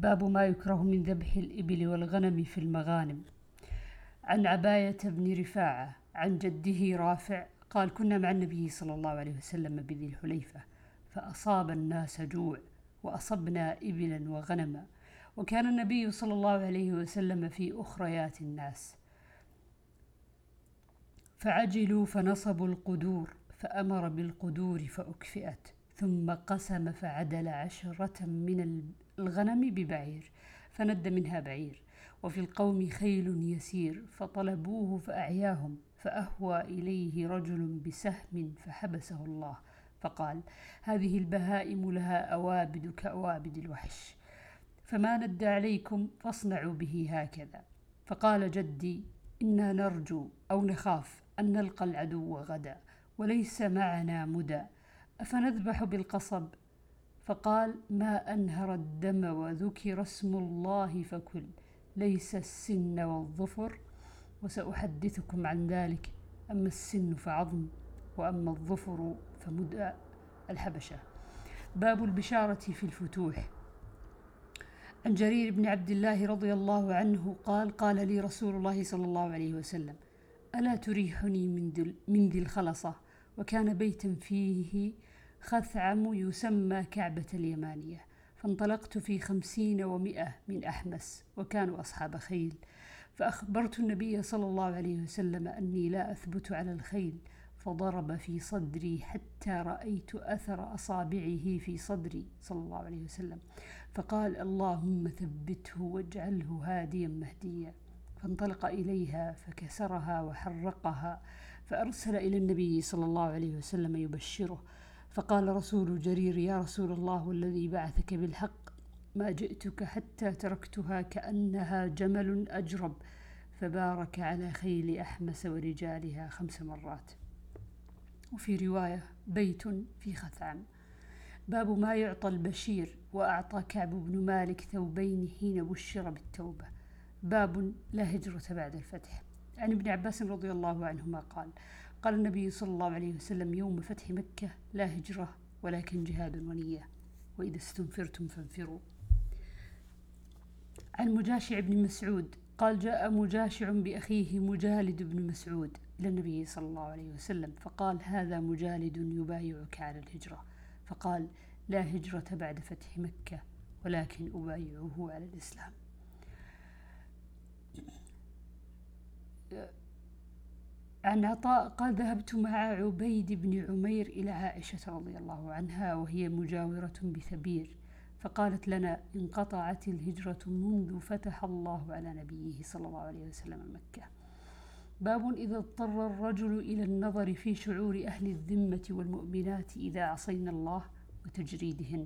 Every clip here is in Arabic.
باب ما يكره من ذبح الإبل والغنم في المغانم. عن عباية بن رفاعة عن جده رافع قال: كنا مع النبي صلى الله عليه وسلم بذي الحليفة، فأصاب الناس جوع، وأصبنا إبلا وغنما، وكان النبي صلى الله عليه وسلم في أخريات الناس، فعجلوا فنصبوا القدور، فأمر بالقدور فأكفئت، ثم قسم فعدل 10 من الغنم ببعير، فند منها بعير، وفي القوم خيل يسير، فطلبوه فأعياهم، فأهوى إليه رجل بسهم فحبسه الله، فقال: هذه البهائم لها أوابد كأوابد الوحش، فما ند عليكم فاصنعوا به هكذا. فقال جدي: إنا نرجو أو نخاف أن نلقى العدو غدا، وليس معنا مدى، أفنذبح بالقصب؟ فقال: ما أنهر الدم وذكر اسم الله فكل، ليس السن والظفر، وسأحدثكم عن ذلك. أما السن فعظم، وأما الظفر فمدى الحبشة. باب البشارة في الفتوح. عن جرير بن عبد الله رضي الله عنه قال: قال لي رسول الله صلى الله عليه وسلم: ألا تريحني من ذي الخلصة؟ وكان بيتا فيه خثعم يسمى كعبة اليمانية. فانطلقت في 50 و100 من أحمس، وكانوا أصحاب خيل، فأخبرت النبي صلى الله عليه وسلم أني لا أثبت على الخيل، فضرب في صدري حتى رأيت أثر أصابعه في صدري صلى الله عليه وسلم، فقال: اللهم ثبته واجعله هاديا مهديا. فانطلق إليها فكسرها وحرقها، فأرسل إلى النبي صلى الله عليه وسلم يبشره، فقال رسول جرير: يا رسول الله والذي بعثك بالحق، ما جئتك حتى تركتها كأنها جمل أجرب، فبارك على خيل أحمس ورجالها 5 مرات. وفي رواية: بيت في خثعم. باب ما يعطى البشير. وأعطى كعب بن مالك ثوبين حين بشر بالتوبة. باب لا هجرة بعد الفتح. عن ابن عباس رضي الله عنهما قال: قال النبي صلى الله عليه وسلم يوم فتح مكة: لا هجرة ولكن جهاد ونية، وإذا استنفرتم فانفروا. عن مجاشع بن مسعود قال: جاء مجاشع بأخيه مجالد بن مسعود إلى النبي صلى الله عليه وسلم، فقال: هذا مجالد يبايعك على الهجرة. فقال: لا هجرة بعد فتح مكة، ولكن أبايعه على الإسلام. عن عطاء قال: ذهبت مع عبيد بن عمير إلى عائشة رضي الله عنها وهي مجاورة بثبير، فقالت لنا: انقطعت الهجرة منذ فتح الله على نبيه صلى الله عليه وسلم مكة. باب إذا اضطر الرجل إلى النظر في شعور أهل الذمة والمؤمنات إذا عصينا الله وتجريدهن.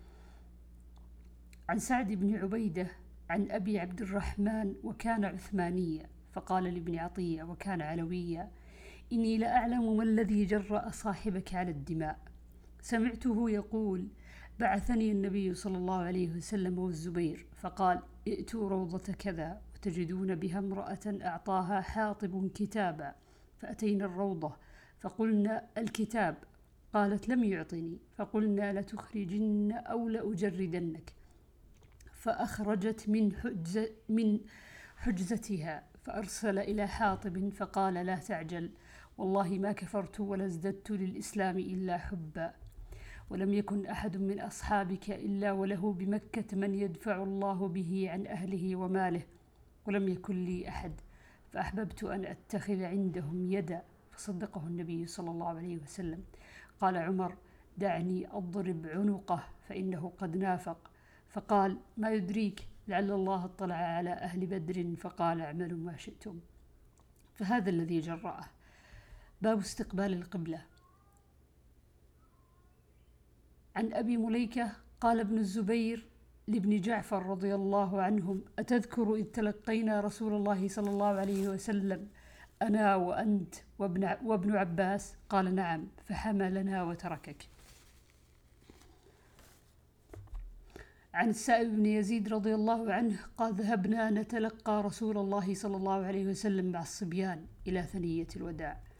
عن سعد بن عبيدة عن أبي عبد الرحمن وكان عثمانيا، فقال لابن عطية وكان علويا: إني لأعلم ما الذي جرأ صاحبك على الدماء. سمعته يقول: بعثني النبي صلى الله عليه وسلم والزبير، فقال: ائتوا روضة كذا وتجدون بها امرأة أعطاها حاطب كتابا، فأتينا الروضة فقلنا: الكتاب؟ قالت: لم يعطني، فقلنا: لتخرجن أو لأجردنك، فأخرجت من حجزتها، فأرسل إلى حاطب فقال: لا تعجل، والله ما كفرت ولا ازددت للإسلام إلا حبا، ولم يكن أحد من أصحابك إلا وله بمكة من يدفع الله به عن أهله وماله، ولم يكن لي أحد، فأحببت أن أتخذ عندهم يدا، فصدقه النبي صلى الله عليه وسلم. قال عمر: دعني أضرب عنقه فإنه قد نافق. فقال: ما يدريك، لعل الله اطلع على أهل بدر فقال: اعملوا ما شئتم. فهذا الذي جرأه. باب استقبال القبلة. عن أبي مليكة قال ابن الزبير لابن جعفر رضي الله عنهم: أتذكر إذ تلقينا رسول الله صلى الله عليه وسلم أنا وأنت وابن عباس؟ قال: نعم، فحملنا وتركك. عن السائب بن يزيد رضي الله عنه قال: ذهبنا نتلقى رسول الله صلى الله عليه وسلم مع الصبيان إلى ثنية الوداع،